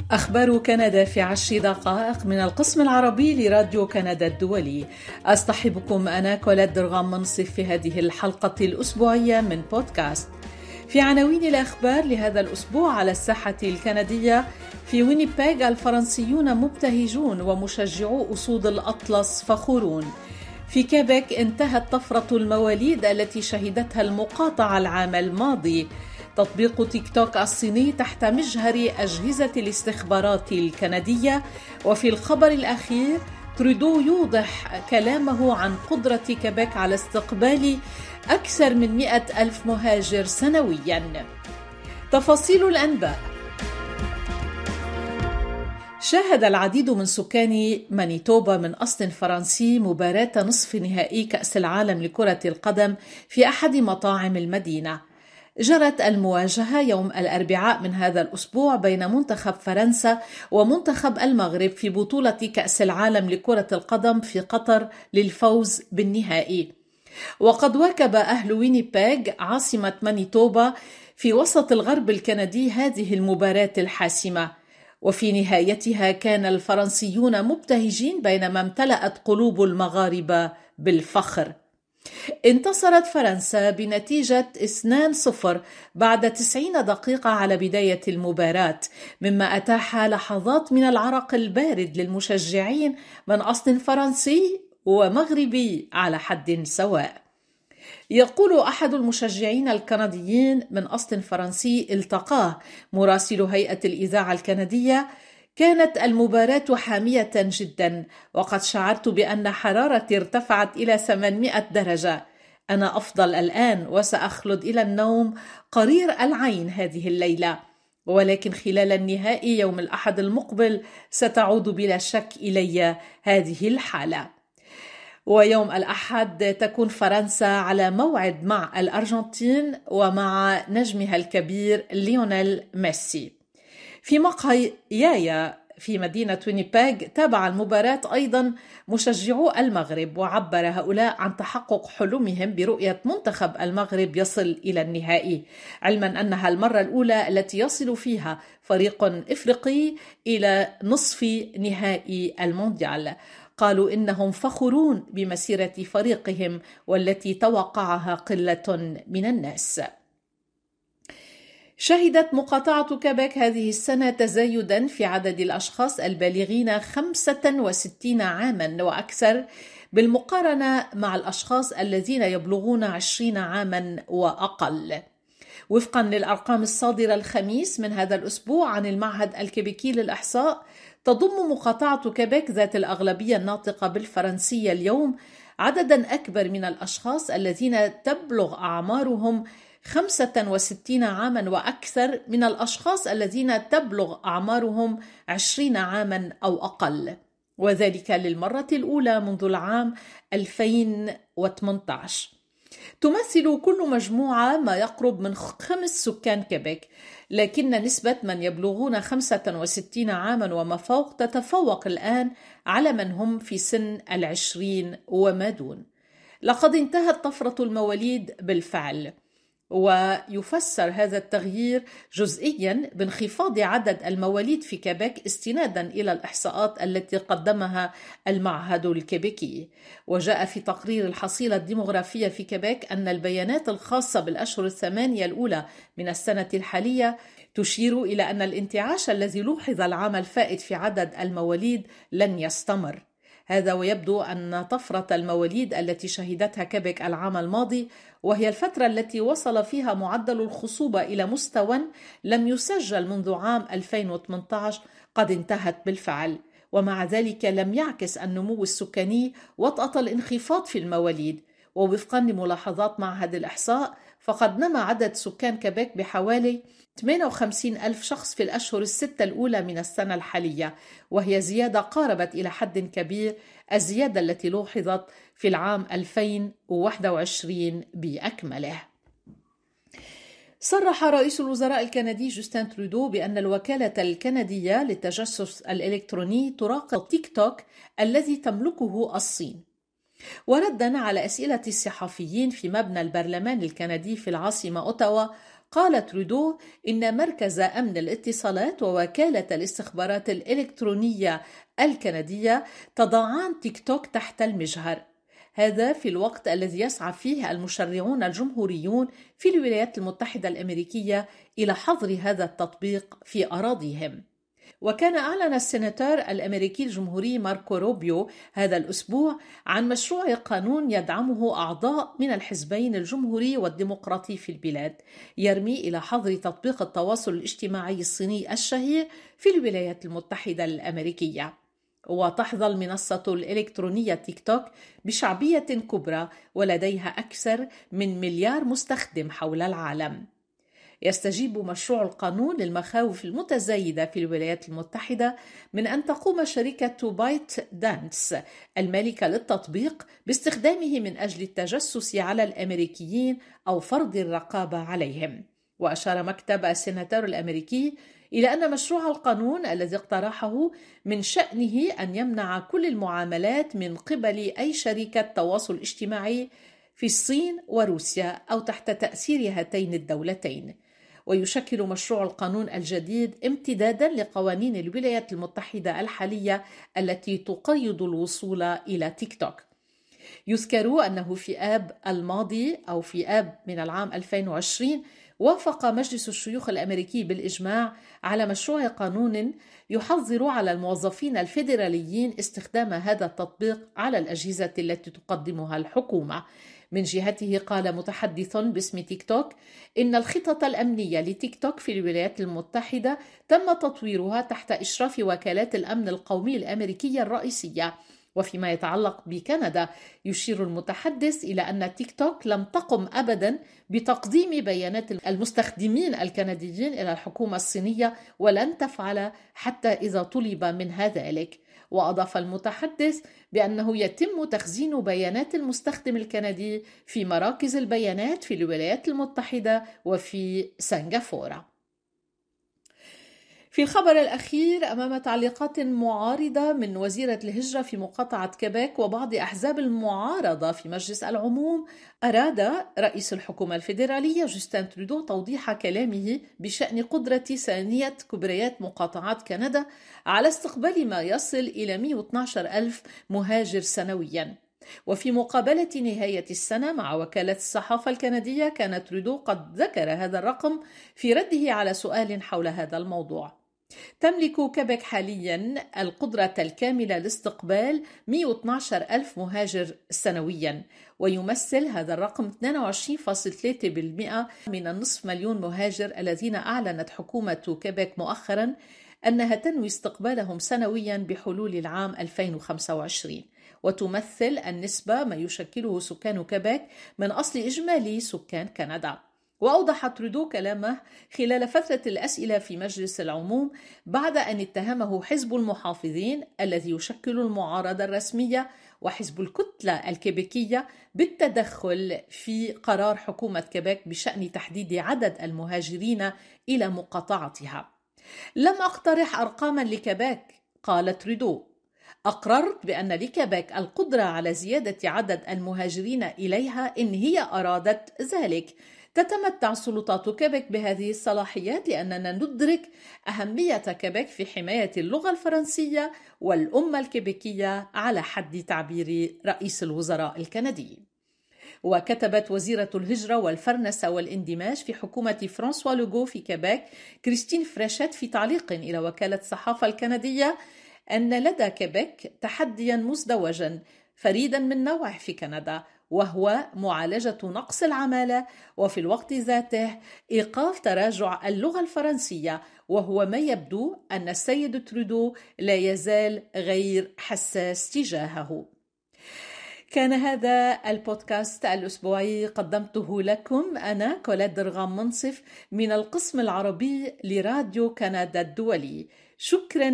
أخبار كندا في 10 دقائق من القسم العربي لراديو كندا الدولي. أصطحبكم أنا كولاد درغام منصف في هذه الحلقة الأسبوعية من بودكاست. في عناوين الأخبار لهذا الأسبوع: على الساحة الكندية في وينيبيغ الفرنسيون مبتهجون ومشجعو أسود الأطلس فخورون. في كيبيك انتهت طفرة المواليد التي شهدتها المقاطعة العام الماضي. تطبيق تيك توك الصيني تحت مجهر أجهزة الاستخبارات الكندية. وفي الخبر الأخير ترودو يوضح كلامه عن قدرة كيبيك على استقبال أكثر من 100,000 مهاجر سنوياً. تفاصيل الأنباء: شاهد العديد من سكان مانيتوبا من أصل فرنسي مباراة نصف نهائي كأس العالم لكرة القدم في أحد مطاعم المدينة. جرت المواجهة يوم الأربعاء من هذا الأسبوع بين منتخب فرنسا ومنتخب المغرب في بطولة كأس العالم لكرة القدم في قطر للفوز بالنهائي. وقد واكب أهل وينيبيغ عاصمة مانيتوبا في وسط الغرب الكندي هذه المباراة الحاسمة، وفي نهايتها كان الفرنسيون مبتهجين بينما امتلأت قلوب المغاربة بالفخر. انتصرت فرنسا بنتيجة 2-0 بعد 90 دقيقة على بداية المباراة، مما أتاح لحظات من العرق البارد للمشجعين من أصل فرنسي ومغربي على حد سواء. يقول أحد المشجعين الكنديين من أصل فرنسي التقاه مراسل هيئة الإذاعة الكندية: كانت المباراة حامية جدا، وقد شعرت بأن حرارتي ارتفعت إلى 800 درجة. أنا أفضل الآن وسأخلد إلى النوم قرير العين هذه الليلة، ولكن خلال النهائي يوم الأحد المقبل ستعود بلا شك إلي هذه الحالة. ويوم الأحد تكون فرنسا على موعد مع الأرجنتين ومع نجمها الكبير ليونيل ميسي. في مقهى يايا في مدينة وينيبيغ تابع المباراة أيضا مشجعو المغرب، وعبر هؤلاء عن تحقق حلمهم برؤية منتخب المغرب يصل إلى النهائي، علما أنها المرة الأولى التي يصل فيها فريق إفريقي إلى نصف نهائي المونديال. قالوا إنهم فخورون بمسيرة فريقهم والتي توقعها قلة من الناس. شهدت مقاطعة كيبيك هذه السنة تزايدا في عدد الأشخاص البالغين 65 عاما وأكثر بالمقارنة مع الأشخاص الذين يبلغون 20 عاما وأقل. وفقا للأرقام الصادرة الخميس من هذا الأسبوع عن المعهد الكيبيكي للإحصاء، تضم مقاطعة كيبيك ذات الأغلبية الناطقة بالفرنسية اليوم عددا أكبر من الأشخاص الذين تبلغ أعمارهم 65 عاما وأكثر من الأشخاص الذين تبلغ أعمارهم 20 عاما أو أقل، وذلك للمرة الأولى منذ العام 2018. تمثل كل مجموعة ما يقرب من 5 سكان كيبيك، لكن نسبة من يبلغون 65 عاما وما فوق تتفوق الآن على من هم في سن 20 وما دون. لقد انتهت طفرة المواليد بالفعل، ويفسر هذا التغيير جزئيا بانخفاض عدد المواليد في كيبيك استنادا إلى الإحصاءات التي قدمها المعهد الكيبيكي. وجاء في تقرير الحصيلة الديمغرافية في كيبيك أن البيانات الخاصة بالأشهر 8 الأولى من السنة الحالية تشير إلى أن الانتعاش الذي لوحظ العام الفائت في عدد المواليد لن يستمر. هذا ويبدو أن طفرة المواليد التي شهدتها كيبيك العام الماضي، وهي الفترة التي وصل فيها معدل الخصوبة إلى مستوى لم يسجل منذ عام 2018، قد انتهت بالفعل. ومع ذلك لم يعكس النمو السكاني وطأة الانخفاض في المواليد. ووفقا لملاحظات معهد الإحصاء، فقد نما عدد سكان كيبيك بحوالي 58,000 شخص في الأشهر الستة الأولى من السنة الحالية، وهي زيادة قاربت إلى حد كبير الزيادة التي لوحظت في العام 2021 بأكمله. صرح رئيس الوزراء الكندي جوستين ترودو بأن الوكالة الكندية للتجسس الإلكتروني تراقب تيك توك الذي تملكه الصين. وردا على أسئلة الصحفيين في مبنى البرلمان الكندي في العاصمة أوتاوا، قال ترودو إن مركز أمن الاتصالات ووكالة الاستخبارات الإلكترونية الكندية تضعان تيك توك تحت المجهر، هذا في الوقت الذي يسعى فيه المشرعون الجمهوريون في الولايات المتحدة الأمريكية إلى حظر هذا التطبيق في أراضيهم. وكان أعلن السيناتور الأمريكي الجمهوري ماركو روبيو هذا الأسبوع عن مشروع قانون يدعمه أعضاء من الحزبين الجمهوري والديمقراطي في البلاد، يرمي إلى حظر تطبيق التواصل الاجتماعي الصيني الشهير في الولايات المتحدة الأمريكية. وتحظى المنصة الإلكترونية تيك توك بشعبية كبرى ولديها أكثر من مليار مستخدم حول العالم. يستجيب مشروع القانون للمخاوف المتزايدة في الولايات المتحدة من أن تقوم شركة بايت دانس المالكة للتطبيق باستخدامه من أجل التجسس على الأمريكيين أو فرض الرقابة عليهم. وأشار مكتب السيناتور الأمريكي إلى أن مشروع القانون الذي اقترحه من شأنه أن يمنع كل المعاملات من قبل أي شركة تواصل اجتماعي في الصين وروسيا أو تحت تأثير هاتين الدولتين. ويشكل مشروع القانون الجديد امتدادا لقوانين الولايات المتحدة الحالية التي تقيد الوصول إلى تيك توك. يذكر أنه في آب الماضي أو في آب من العام 2020 وافق مجلس الشيوخ الأمريكي بالإجماع على مشروع قانون يحظر على الموظفين الفيدراليين استخدام هذا التطبيق على الأجهزة التي تقدمها الحكومة. من جهته قال متحدث باسم تيك توك إن الخطط الأمنية لتيك توك في الولايات المتحدة تم تطويرها تحت إشراف وكالات الأمن القومي الأمريكية الرئيسية. وفيما يتعلق بكندا، يشير المتحدث إلى أن تيك توك لم تقم أبدا بتقديم بيانات المستخدمين الكنديين إلى الحكومة الصينية ولن تفعل حتى إذا طلب منها ذلك. وأضاف المتحدث بأنه يتم تخزين بيانات المستخدم الكندي في مراكز البيانات في الولايات المتحدة وفي سنغافورة. في الخبر الأخير، أمام تعليقات معارضة من وزيرة الهجرة في مقاطعة كيبيك وبعض أحزاب المعارضة في مجلس العموم، أراد رئيس الحكومة الفيدرالية جوستين ترودو توضيح كلامه بشأن قدرة ثانية كبريات مقاطعات كندا على استقبال ما يصل إلى 112 ألف مهاجر سنوياً. وفي مقابلة نهاية السنة مع وكالة الصحافة الكندية، كان ترودو قد ذكر هذا الرقم في رده على سؤال حول هذا الموضوع. تملك كيبيك حاليا القدرة الكاملة لاستقبال 112 ألف مهاجر سنويا، ويمثل هذا الرقم 22.3% من النصف مليون مهاجر الذين أعلنت حكومة كيبيك مؤخرا أنها تنوي استقبالهم سنويا بحلول العام 2025. وتمثل النسبة ما يشكله سكان كيبيك من أصل إجمالي سكان كندا. وأوضح ترودو كلامه خلال فترة الأسئلة في مجلس العموم بعد أن اتهمه حزب المحافظين الذي يشكل المعارضة الرسمية وحزب الكتلة الكيبيكية بالتدخل في قرار حكومة كيبيك بشأن تحديد عدد المهاجرين إلى مقاطعتها. لم أقترح أرقاما لكيبيك، قال ترودو. أقررت بأن لكيبيك القدرة على زيادة عدد المهاجرين إليها إن هي أرادت ذلك. تتمتع سلطات كيبيك بهذه الصلاحيات لأننا ندرك أهمية كيبيك في حماية اللغة الفرنسية والأمة الكيبيكية على حد تعبير رئيس الوزراء الكندي. وكتبت وزيرة الهجرة والفرنسة والاندماج في حكومة فرانسوا لوغو في كيبيك كريستين فريشيت في تعليق إلى وكالة الصحافة الكندية أن لدى كيبيك تحديا مزدوجا فريدا من نوعه في كندا، وهو معالجة نقص العمالة وفي الوقت ذاته إيقاف تراجع اللغة الفرنسية، وهو ما يبدو أن السيد ترودو لا يزال غير حساس تجاهه. كان هذا البودكاست الأسبوعي قدمته لكم أنا كولاد درغام منصف من القسم العربي لراديو كندا الدولي. شكرا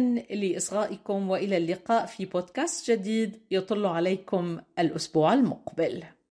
لإصغائكم وإلى اللقاء في بودكاست جديد يطل عليكم الأسبوع المقبل.